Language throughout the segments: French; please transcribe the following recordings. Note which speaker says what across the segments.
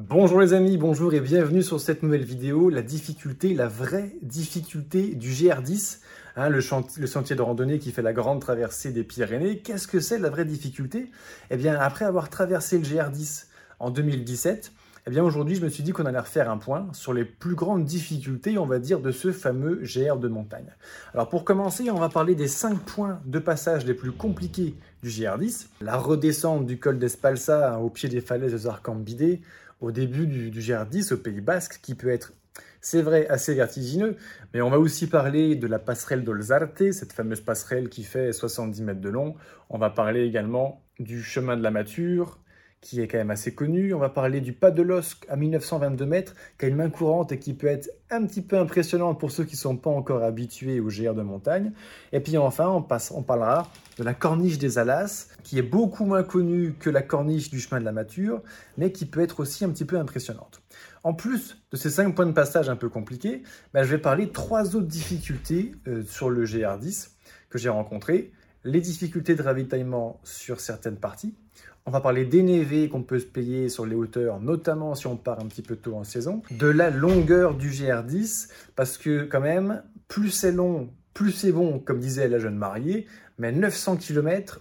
Speaker 1: Bonjour les amis, bonjour et bienvenue sur cette nouvelle vidéo, la difficulté, la vraie difficulté du GR10, le sentier de randonnée qui fait la grande traversée des Pyrénées. Qu'est-ce que c'est la vraie difficulté? Eh bien, après avoir traversé le GR10 en 2017, eh bien aujourd'hui je me suis dit qu'on allait refaire un point sur les plus grandes difficultés, on va dire, de ce fameux GR de montagne. Alors pour commencer, on va parler des 5 points de passage les plus compliqués du GR10. La redescente du col d'Espalsa au pied des falaises de Zarkambide, au début du GR10 au Pays Basque, qui peut être, c'est vrai, assez vertigineux, mais on va aussi parler de la passerelle d'Olzarte, cette fameuse passerelle qui fait 70 mètres de long. On va parler également du chemin de la Mature, qui est quand même assez connu. On va parler du pas de l'Osque à 1922 mètres, qui a une main courante et qui peut être un petit peu impressionnante pour ceux qui ne sont pas encore habitués au GR de montagne. Et puis enfin, on parlera de la corniche des Alas, qui est beaucoup moins connue que la corniche du chemin de la Mature, mais qui peut être aussi un petit peu impressionnante. En plus de ces 5 points de passage un peu compliqués, je vais parler de 3 autres difficultés sur le GR10 que j'ai rencontrées. Les difficultés de ravitaillement sur certaines parties. On va parler des névés qu'on peut se payer sur les hauteurs, notamment si on part un petit peu tôt en saison. De la longueur du GR10, parce que quand même, plus c'est long, plus c'est bon, comme disait la jeune mariée. Mais 900 km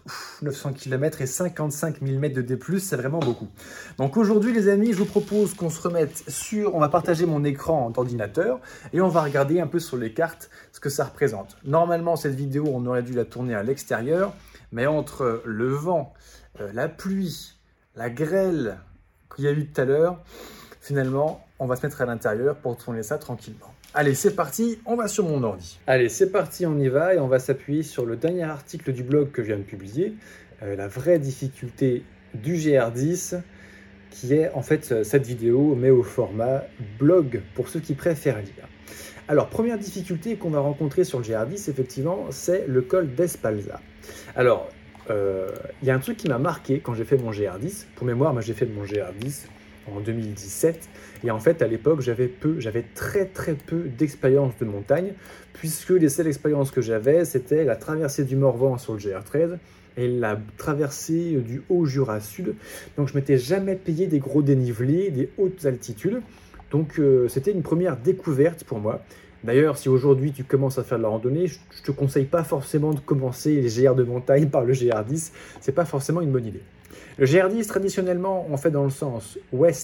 Speaker 1: et 55 000 mètres de D+, c'est vraiment beaucoup. Donc aujourd'hui les amis, je vous propose qu'on se remette on va partager mon écran d'ordinateur et on va regarder un peu sur les cartes ce que ça représente. Normalement cette vidéo, on aurait dû la tourner à l'extérieur, mais entre le vent, la pluie, la grêle qu'il y a eu tout à l'heure, finalement, on va se mettre à l'intérieur pour tourner ça tranquillement. Allez, c'est parti, on va sur mon ordi. Allez, c'est parti, on y va et on va s'appuyer sur le dernier article du blog que je viens de publier, la vraie difficulté du GR10, qui est en fait cette vidéo, mais au format blog pour ceux qui préfèrent lire. Alors, première difficulté qu'on va rencontrer sur le GR10, effectivement, c'est le col d'Espalsa. Alors, il y a un truc qui m'a marqué quand j'ai fait mon GR10. Pour mémoire, moi j'ai fait mon GR10 en 2017 et en fait à l'époque j'avais très peu d'expérience de montagne, puisque les seules expériences que j'avais c'était la traversée du Morvan sur le GR13 et la traversée du Haut-Jura Sud. Donc je m'étais jamais payé des gros dénivelés, des hautes altitudes, donc c'était une première découverte pour moi. D'ailleurs, si aujourd'hui tu commences à faire de la randonnée, je ne te conseille pas forcément de commencer les GR de montagne par le GR10, c'est pas forcément une bonne idée. Le GR10, traditionnellement, on fait dans le sens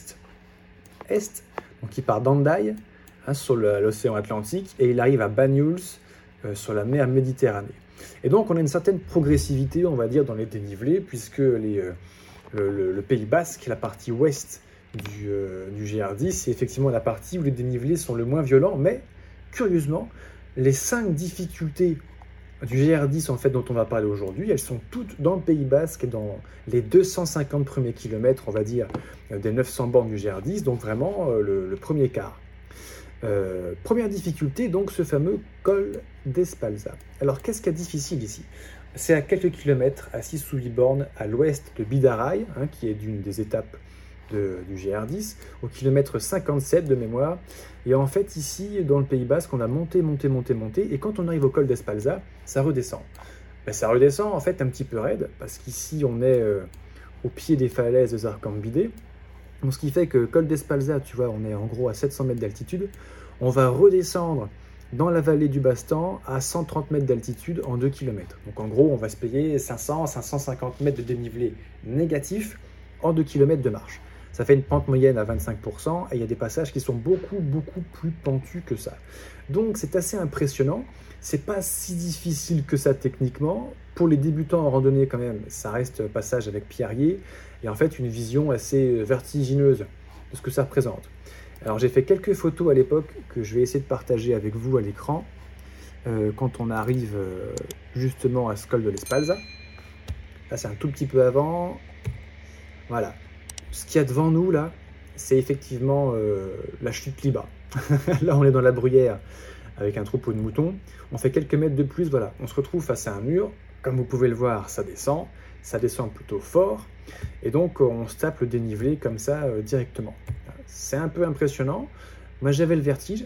Speaker 1: ouest-est, donc il part d'Hendaye, sur l'océan Atlantique, et il arrive à Banyuls, sur la mer Méditerranée. Et donc, on a une certaine progressivité, on va dire, dans les dénivelés, puisque le Pays Basque, la partie ouest du GR10, c'est effectivement la partie où les dénivelés sont le moins violents, mais curieusement, les 5 difficultés du GR10 en fait, dont on va parler aujourd'hui, elles sont toutes dans le Pays Basque et dans les 250 premiers kilomètres, on va dire, des 900 bornes du GR10, donc vraiment le premier quart. Première difficulté, donc ce fameux col d'Espalsa. Alors qu'est-ce qu'il y a difficile ici? C'est à quelques kilomètres, à 6 ou 8 bornes à l'ouest de Bidarai, qui est d'une des étapes du GR10, au kilomètre 57 de mémoire. Et en fait, ici, dans le Pays Basque, on a monté, et quand on arrive au col d'Espalsa, ça redescend. Ça redescend, en fait, un petit peu raide, parce qu'ici, on est au pied des falaises de Zarkambide. Donc, ce qui fait que col d'Espalsa, tu vois, on est en gros à 700 mètres d'altitude. On va redescendre dans la vallée du Bastan à 130 mètres d'altitude en 2 km. Donc, en gros, on va se payer 500-550 mètres de dénivelé négatif en 2 km de marche. Ça fait une pente moyenne à 25% et il y a des passages qui sont beaucoup plus pentus que ça. Donc c'est assez impressionnant. C'est pas si difficile que ça techniquement. Pour les débutants en randonnée quand même, ça reste passage avec pierrier et en fait une vision assez vertigineuse de ce que ça représente. Alors j'ai fait quelques photos à l'époque que je vais essayer de partager avec vous à l'écran quand on arrive justement à ce col de l'Espalsa. Là c'est un tout petit peu avant. Voilà. Ce qu'il y a devant nous, là, c'est effectivement la chute Liba. Là, on est dans la bruyère avec un troupeau de moutons. On fait quelques mètres de plus, voilà. On se retrouve face à un mur. Comme vous pouvez le voir, ça descend plutôt fort. Et donc, on se tape le dénivelé comme ça directement. C'est un peu impressionnant. Moi, j'ai le vertige.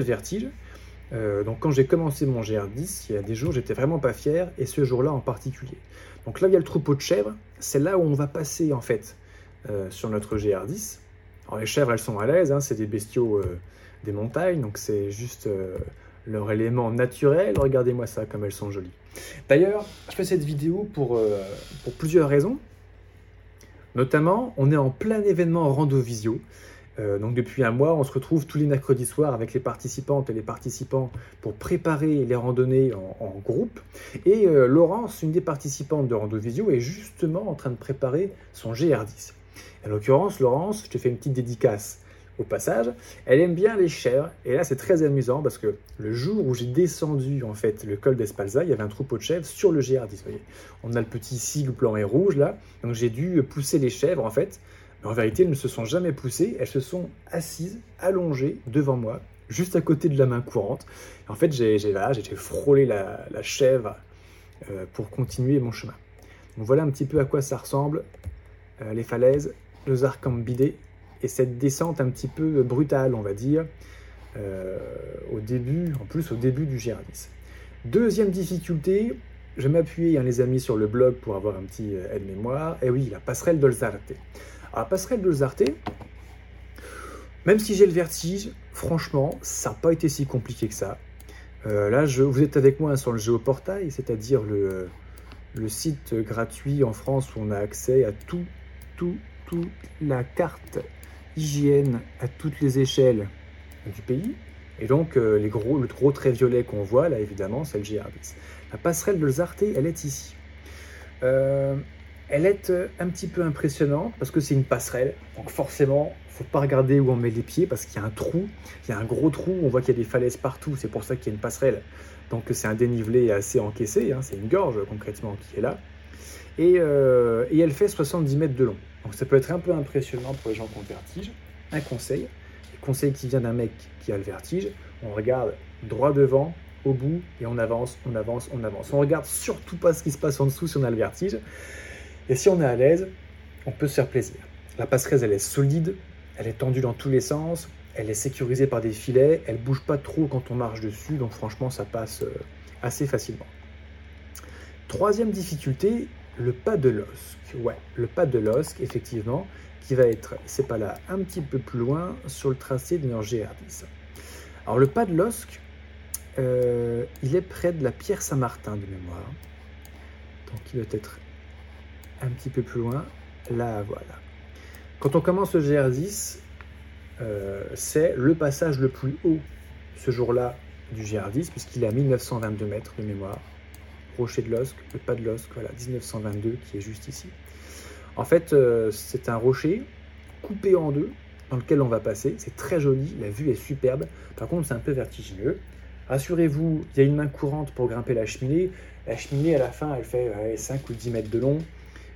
Speaker 1: Donc, quand j'ai commencé mon GR10, il y a des jours, j'étais vraiment pas fier. Et ce jour-là en particulier. Donc là, il y a le troupeau de chèvres. C'est là où on va passer, en fait, sur notre GR10. Alors les chèvres, elles sont à l'aise, hein, c'est des bestiaux des montagnes, donc c'est juste leur élément naturel. Regardez-moi ça, comme elles sont jolies. D'ailleurs, je fais cette vidéo pour plusieurs raisons. Notamment, on est en plein événement Rando Visio. Donc depuis un mois, on se retrouve tous les mercredis soirs avec les participantes et les participants pour préparer les randonnées en groupe. Et Laurence, une des participantes de Rando Visio, est justement en train de préparer son GR10. En l'occurrence, Laurence, je te fais une petite dédicace au passage, elle aime bien les chèvres. Et là, c'est très amusant parce que le jour où j'ai descendu en fait le col d'Espalza, il y avait un troupeau de chèvres sur le GR10. Vous voyez, on a le petit sigle blanc et rouge là. Donc j'ai dû pousser les chèvres en fait. Mais en vérité, elles ne se sont jamais poussées. Elles se sont assises, allongées devant moi, juste à côté de la main courante. Et en fait, j'ai frôlé la chèvre pour continuer mon chemin. Donc voilà un petit peu à quoi ça ressemble, les falaises, le Zarkambidé et cette descente un petit peu brutale, on va dire, au début du GR10. Deuxième difficulté, je vais m'appuyer, les amis, sur le blog pour avoir un petit aide-mémoire. Et oui, la passerelle del Zarte. Alors, la passerelle del Zarte, même si j'ai le vertige, franchement, ça n'a pas été si compliqué que ça. Là, vous êtes avec moi sur le Géoportail, c'est-à-dire le site gratuit en France où on a accès à toute la carte hygiène à toutes les échelles du pays. Et donc, le gros trait violet qu'on voit, là, évidemment, c'est le GR10. La passerelle del Zarte, elle est ici. Elle est un petit peu impressionnante parce que c'est une passerelle. Donc forcément, il ne faut pas regarder où on met les pieds parce qu'il y a un trou. Il y a un gros trou, on voit qu'il y a des falaises partout. C'est pour ça qu'il y a une passerelle. Donc c'est un dénivelé assez encaissé. C'est une gorge, concrètement, qui est là. Et elle fait 70 mètres de long. Donc ça peut être un peu impressionnant pour les gens qui ont le vertige. Un conseil qui vient d'un mec qui a le vertige, on regarde droit devant, au bout, et on avance. On regarde surtout pas ce qui se passe en dessous si on a le vertige. Et si on est à l'aise, on peut se faire plaisir. La passerelle, elle est solide, elle est tendue dans tous les sens, elle est sécurisée par des filets, elle bouge pas trop quand on marche dessus, donc franchement, ça passe assez facilement. Troisième difficulté, le pas de l'Osque. Ouais, le pas de l'Osque, effectivement, qui va être, c'est pas là, un petit peu plus loin sur le tracé de notre GR10. Alors le pas de l'Osque, il est près de la Pierre Saint-Martin de mémoire. Donc il doit être un petit peu plus loin. Là, voilà. Quand on commence le GR10, c'est le passage le plus haut ce jour-là du GR10, puisqu'il est à 1922 mètres de mémoire. Rocher de l'Osque, le pas de l'Osque, voilà, 1922, qui est juste ici. En fait, c'est un rocher coupé en deux, dans lequel on va passer. C'est très joli, la vue est superbe. Par contre, c'est un peu vertigineux. Rassurez-vous, il y a une main courante pour grimper la cheminée. La cheminée, à la fin, elle fait 5 ou 10 mètres de long.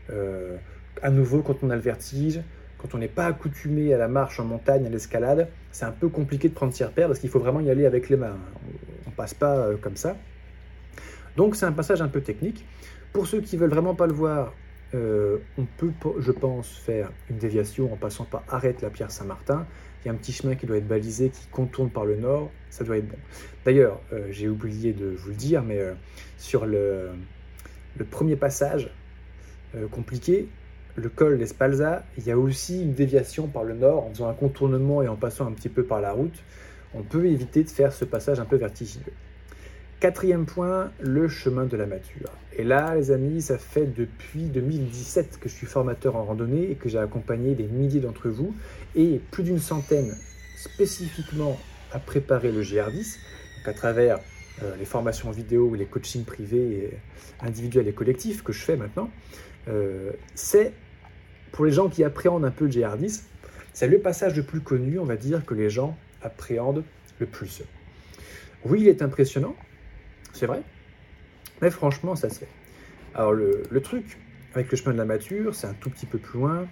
Speaker 1: À nouveau, quand on a le vertige, quand on n'est pas accoutumé à la marche en montagne, à l'escalade, c'est un peu compliqué de prendre ses repères parce qu'il faut vraiment y aller avec les mains. On ne passe pas comme ça. Donc, c'est un passage un peu technique. Pour ceux qui ne veulent vraiment pas le voir, on peut, je pense, faire une déviation en passant par Arrête la Pierre Saint-Martin. Il y a un petit chemin qui doit être balisé, qui contourne par le nord. Ça doit être bon. D'ailleurs, j'ai oublié de vous le dire, mais sur le premier passage compliqué, le col d'Espalza, il y a aussi une déviation par le nord, en faisant un contournement et en passant un petit peu par la route. On peut éviter de faire ce passage un peu vertigineux. Quatrième point, le chemin de la Mature. Et là, les amis, ça fait depuis 2017 que je suis formateur en randonnée et que j'ai accompagné des milliers d'entre vous et plus d'une centaine spécifiquement à préparer le GR10, donc à travers les formations vidéo, les coachings privés, et individuels et collectifs que je fais maintenant. C'est, pour les gens qui appréhendent un peu le GR10, c'est le passage le plus connu, on va dire, que les gens appréhendent le plus. Oui, il est impressionnant, c'est vrai, mais franchement, ça se fait. Alors, le truc avec le chemin de la Mature, c'est un tout petit peu plus loin.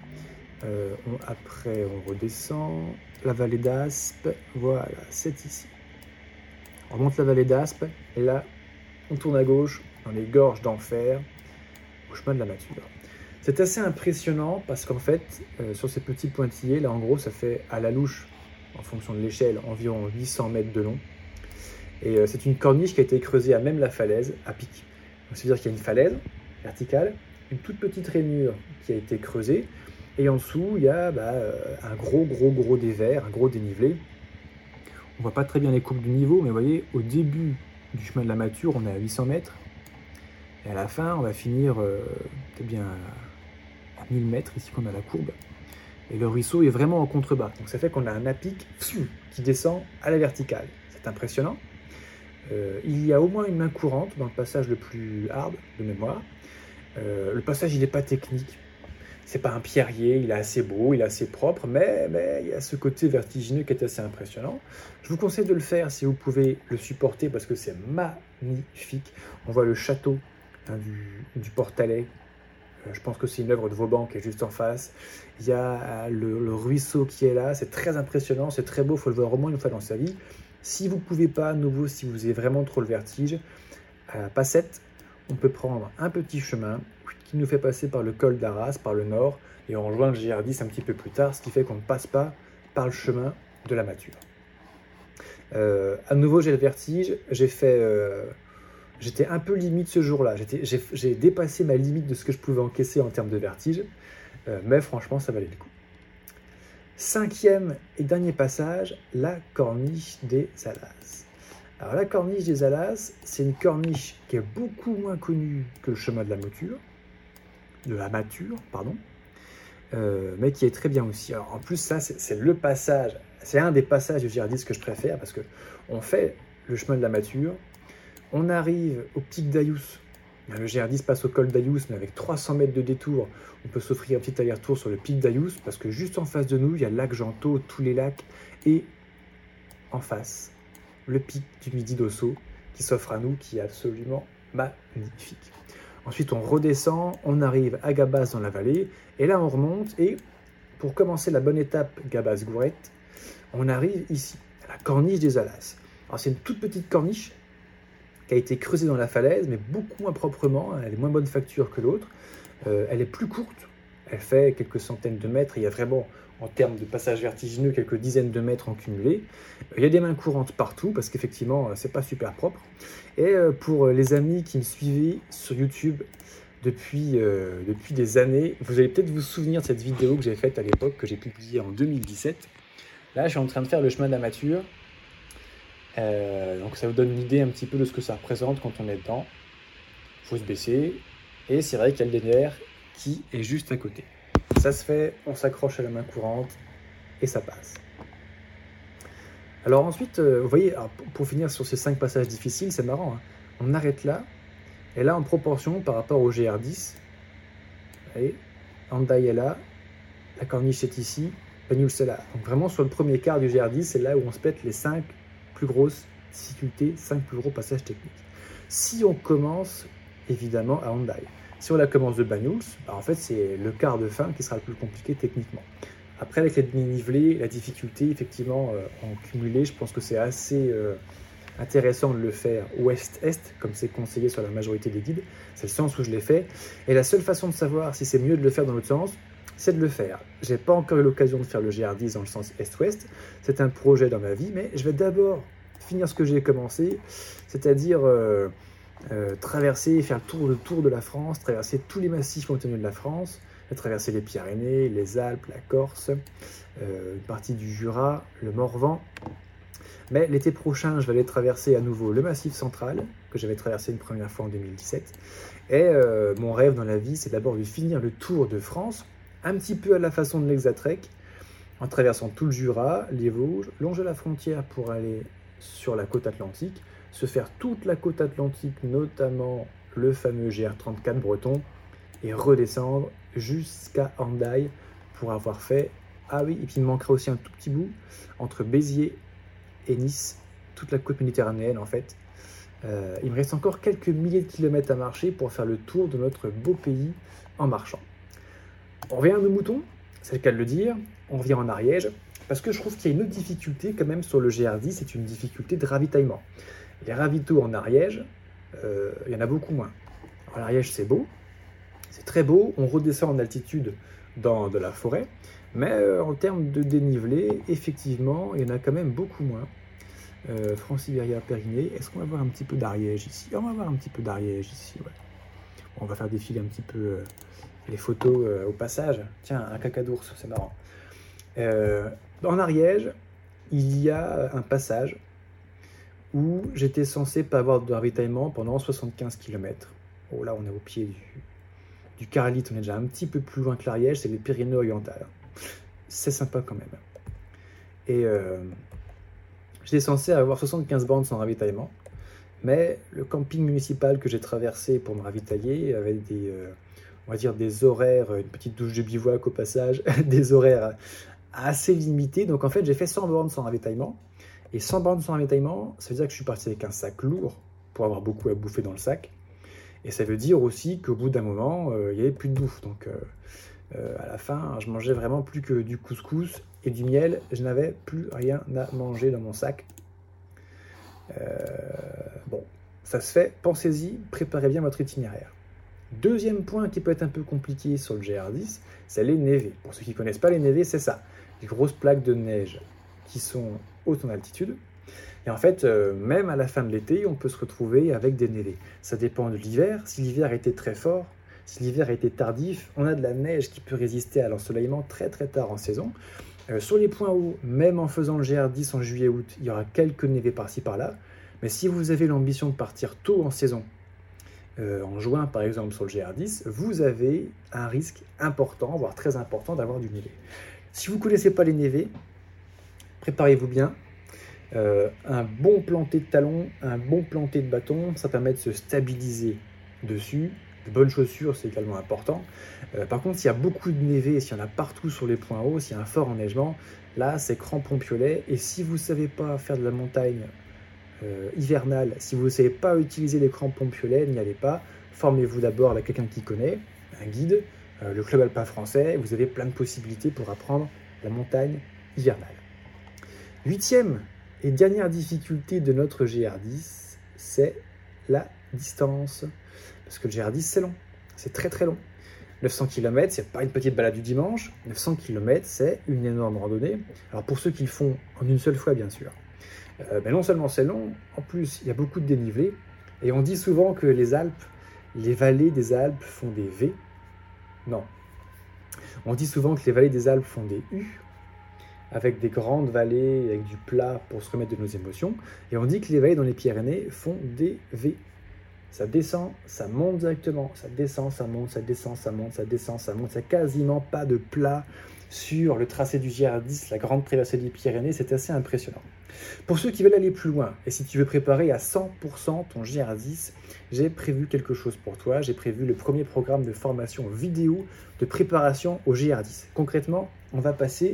Speaker 1: Après, on redescend la vallée d'Aspe. Voilà, c'est ici. On remonte la vallée d'Aspe, et là, on tourne à gauche, dans les gorges d'enfer, au chemin de la Mature. C'est assez impressionnant parce qu'en fait, sur ces petits pointillés, là, en gros, ça fait à la louche, en fonction de l'échelle, environ 800 mètres de long. Et c'est une corniche qui a été creusée à même la falaise, à pic. Donc, ça veut dire qu'il y a une falaise verticale, une toute petite rainure qui a été creusée. Et en dessous, il y a un gros dévers, un gros dénivelé. On voit pas très bien les courbes du niveau, mais vous voyez, au début du chemin de la Mature, on est à 800 mètres. Et à la fin, on va finir peut-être bien à 1000 mètres, ici qu'on a la courbe. Et le ruisseau est vraiment en contrebas. Donc ça fait qu'on a un à-pic qui descend à la verticale. C'est impressionnant. Il y a au moins une main courante dans le passage le plus hard de mémoire. Le passage, il n'est pas technique. C'est pas un pierrier, il est assez beau, il est assez propre, mais il y a ce côté vertigineux qui est assez impressionnant. Je vous conseille de le faire si vous pouvez le supporter parce que c'est magnifique. On voit le château du Portalet. Je pense que c'est une œuvre de Vauban qui est juste en face. Il y a le ruisseau qui est là, c'est très impressionnant, c'est très beau, il faut le voir au moins une fois dans sa vie. Si vous ne pouvez pas, à nouveau, si vous avez vraiment trop le vertige, à la Passette, on peut prendre un petit chemin qui nous fait passer par le col d'Arras, par le nord, et on rejoint le GR10 un petit peu plus tard, ce qui fait qu'on ne passe pas par le chemin de la Mature. À nouveau, j'ai le vertige, j'étais un peu limite ce jour-là, j'ai dépassé ma limite de ce que je pouvais encaisser en termes de vertige, mais franchement, ça valait le coup. 5e et dernier passage, la corniche des Alas. Alors la corniche des Alas, c'est une corniche qui est beaucoup moins connue que le chemin de la Mature, mais qui est très bien aussi. Alors en plus, ça, c'est le passage, c'est un des passages du GR10 que je préfère parce que on fait le chemin de la Mature, on arrive au pic d'Aïous. Le GR10 passe au col d'Aïous, mais avec 300 mètres de détour, on peut s'offrir un petit aller-retour sur le pic d'Aïous parce que juste en face de nous, il y a le lac Gentot, tous les lacs, et en face, le pic du Midi d'Ossau qui s'offre à nous, qui est absolument magnifique. Ensuite, on redescend, on arrive à Gabas dans la vallée, et là on remonte, et pour commencer la bonne étape Gabas-Gourette, on arrive ici, à la corniche des Alas. Alors c'est une toute petite corniche qui a été creusée dans la falaise, mais beaucoup moins proprement, elle est moins bonne facture que l'autre, elle est plus courte, elle fait quelques centaines de mètres, il y a vraiment, en termes de passage vertigineux, quelques dizaines de mètres en cumulé. Il y a des mains courantes partout, parce qu'effectivement, c'est pas super propre. Et pour les amis qui me suivaient sur YouTube depuis des années, vous allez peut-être vous souvenir de cette vidéo que j'ai faite à l'époque, que j'ai publiée en 2017. Là, je suis en train de faire le chemin de la Mature. Donc ça vous donne une idée un petit peu de ce que ça représente quand on est dedans. Il faut se baisser. Et c'est vrai qu'il y a le linéaire qui est juste à côté. Ça se fait, on s'accroche à la main courante et ça passe. Alors ensuite, vous voyez, pour finir sur ces 5 passages difficiles, c'est marrant, hein, on arrête là, et là en proportion par rapport au GR10, vous voyez, Hendaye est là, la corniche est ici, Banyuls c'est là. Donc vraiment sur le premier quart du GR10, c'est là où on se pète les 5 plus grosses difficultés, 5 plus gros passages techniques. Si on commence évidemment à Hendaye, si on la commence de Banyuls, en fait c'est le quart de fin qui sera le plus compliqué techniquement. Après avec les dénivelés, la difficulté effectivement en cumulé, je pense que c'est assez intéressant de le faire ouest-est, comme c'est conseillé sur la majorité des guides. C'est le sens où je l'ai fait. Et la seule façon de savoir si c'est mieux de le faire dans l'autre sens, c'est de le faire. Je n'ai pas encore eu l'occasion de faire le GR10 dans le sens est-ouest. C'est un projet dans ma vie, mais je vais d'abord finir ce que j'ai commencé, c'est-à-dire traverser, faire le tour de la France, traverser tous les massifs montagneux de la France, traverser les Pyrénées, les Alpes, la Corse, une partie du Jura, le Morvan. Mais l'été prochain, je vais aller traverser à nouveau le Massif central, que j'avais traversé une première fois en 2017. Et mon rêve dans la vie, c'est d'abord de finir le tour de France, un petit peu à la façon de l'Hexatrek, en traversant tout le Jura, les Vosges, longer la frontière pour aller sur la côte atlantique, se faire toute la côte atlantique, notamment le fameux GR34 breton, et redescendre jusqu'à Hendaye pour avoir fait... Ah oui, et puis il me manquera aussi un tout petit bout entre Béziers et Nice, toute la côte méditerranéenne en fait. Il me reste encore quelques milliers de kilomètres à marcher pour faire le tour de notre beau pays en marchant. On revient à nos moutons, c'est le cas de le dire, on revient en Ariège, parce que je trouve qu'il y a une autre difficulté quand même sur le GR10, c'est une difficulté de ravitaillement. Les ravitaux en Ariège, il y en a beaucoup moins. Alors l'Ariège c'est beau, c'est très beau, on redescend en altitude dans de la forêt, mais en termes de dénivelé, effectivement, il y en a quand même beaucoup moins. Francivière-Périnée, est-ce qu'on va voir un petit peu d'Ariège ici? On va voir un petit peu d'Ariège ici, ouais. On va faire défiler un petit peu les photos au passage. Tiens, un caca d'ours, c'est marrant. En Ariège, il y a un passage où j'étais censé pas avoir de ravitaillement pendant 75 km. Oh là, on est au pied du Carlite, on est déjà un petit peu plus loin que l'Ariège, c'est les Pyrénées-Orientales. C'est sympa quand même. Et j'étais censé avoir 75 bornes sans ravitaillement, mais le camping municipal que j'ai traversé pour me ravitailler avait on va dire des horaires, une petite douche de bivouac au passage, des horaires assez limités. Donc en fait, j'ai fait 100 bornes sans ravitaillement. Et 100 bornes sans ravitaillement, ça veut dire que je suis parti avec un sac lourd pour avoir beaucoup à bouffer dans le sac. Et ça veut dire aussi qu'au bout d'un moment, il n'y avait plus de bouffe. Donc à la fin, je mangeais vraiment plus que du couscous et du miel. Je n'avais plus rien à manger dans mon sac. Bon, ça se fait. Pensez-y, préparez bien votre itinéraire. Deuxième point qui peut être un peu compliqué sur le GR10, c'est les névés. Pour ceux qui ne connaissent pas les névés, c'est ça. Les grosses plaques de neige qui sont hautes en altitude. Et en fait, même à la fin de l'été, on peut se retrouver avec des névés. Ça dépend de l'hiver. Si l'hiver était très fort, si l'hiver était tardif, on a de la neige qui peut résister à l'ensoleillement très très tard en saison. Sur les points hauts, même en faisant le GR10 en juillet-août, il y aura quelques névés par-ci par-là. Mais si vous avez l'ambition de partir tôt en saison, en juin par exemple sur le GR10, vous avez un risque important, voire très important, d'avoir du névé. Si vous ne connaissez pas les névés, préparez-vous bien. Un bon planté de talons, un bon planté de bâton, ça permet de se stabiliser dessus. De bonnes chaussures, c'est également important. Par contre, s'il y a beaucoup de névé, s'il y en a partout sur les points hauts, s'il y a un fort enneigement, là, c'est crampon piolet. Et si vous ne savez pas faire de la montagne hivernale, si vous ne savez pas utiliser les crampons piolets, n'y allez pas. Formez-vous d'abord avec quelqu'un qui connaît, un guide, le Club Alpin Français. Vous avez plein de possibilités pour apprendre la montagne hivernale. 8e et dernière difficulté de notre GR10, c'est la distance. Parce que le GR10, c'est long, c'est très très long. 900 km, c'est pas une petite balade du dimanche. 900 km, c'est une énorme randonnée. Alors pour ceux qui le font en une seule fois, bien sûr. Mais non seulement c'est long, en plus il y a beaucoup de dénivelé. Et on dit souvent que les Alpes, les vallées des Alpes font des V. Non. On dit souvent que les vallées des Alpes font des U, avec des grandes vallées, avec du plat pour se remettre de nos émotions. Et on dit que les vallées dans les Pyrénées font des V. Ça descend, ça monte directement, ça descend, ça monte, ça descend, ça monte, ça descend, ça monte. Il n'y a quasiment pas de plat sur le tracé du GR10, la grande traversée des Pyrénées, c'est assez impressionnant. Pour ceux qui veulent aller plus loin, et si tu veux préparer à 100% ton GR10, j'ai prévu quelque chose pour toi. J'ai prévu le premier programme de formation vidéo de préparation au GR10. Concrètement, on va passer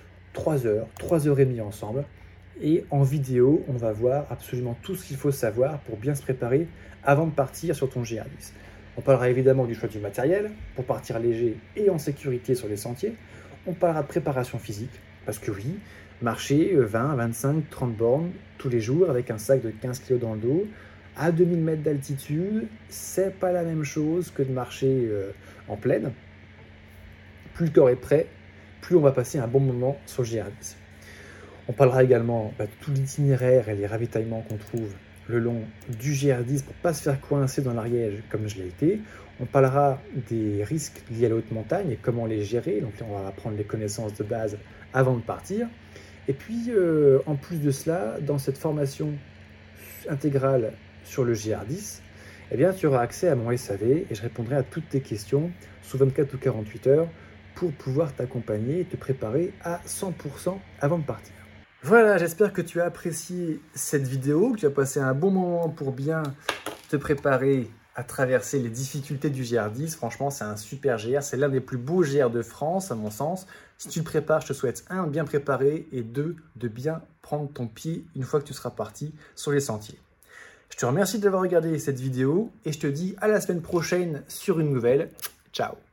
Speaker 1: 3 heures, 3 heures et demie ensemble. Et en vidéo, on va voir absolument tout ce qu'il faut savoir pour bien se préparer avant de partir sur ton GR10. On parlera évidemment du choix du matériel pour partir léger et en sécurité sur les sentiers. On parlera de préparation physique, parce que oui, marcher 20, 25, 30 bornes tous les jours avec un sac de 15 kg dans le dos, à 2000 mètres d'altitude, c'est pas la même chose que de marcher en plaine. Plus le corps est prêt, plus on va passer un bon moment sur le GR10. On parlera également de tout l'itinéraire et les ravitaillements qu'on trouve le long du GR10 pour ne pas se faire coincer dans l'Ariège comme je l'ai été. On parlera des risques liés à la haute montagne et comment les gérer. Donc là, on va apprendre les connaissances de base avant de partir. Et puis, en plus de cela, dans cette formation intégrale sur le GR10, eh bien, tu auras accès à mon SAV et je répondrai à toutes tes questions sous 24 ou 48 heures pour pouvoir t'accompagner et te préparer à 100% avant de partir. Voilà, j'espère que tu as apprécié cette vidéo, que tu as passé un bon moment pour bien te préparer à traverser les difficultés du GR10. Franchement, c'est un super GR, c'est l'un des plus beaux GR de France à mon sens. Si tu le prépares, je te souhaite 1, bien préparer et 2, de bien prendre ton pied une fois que tu seras parti sur les sentiers. Je te remercie d'avoir regardé cette vidéo et je te dis à la semaine prochaine sur une nouvelle. Ciao!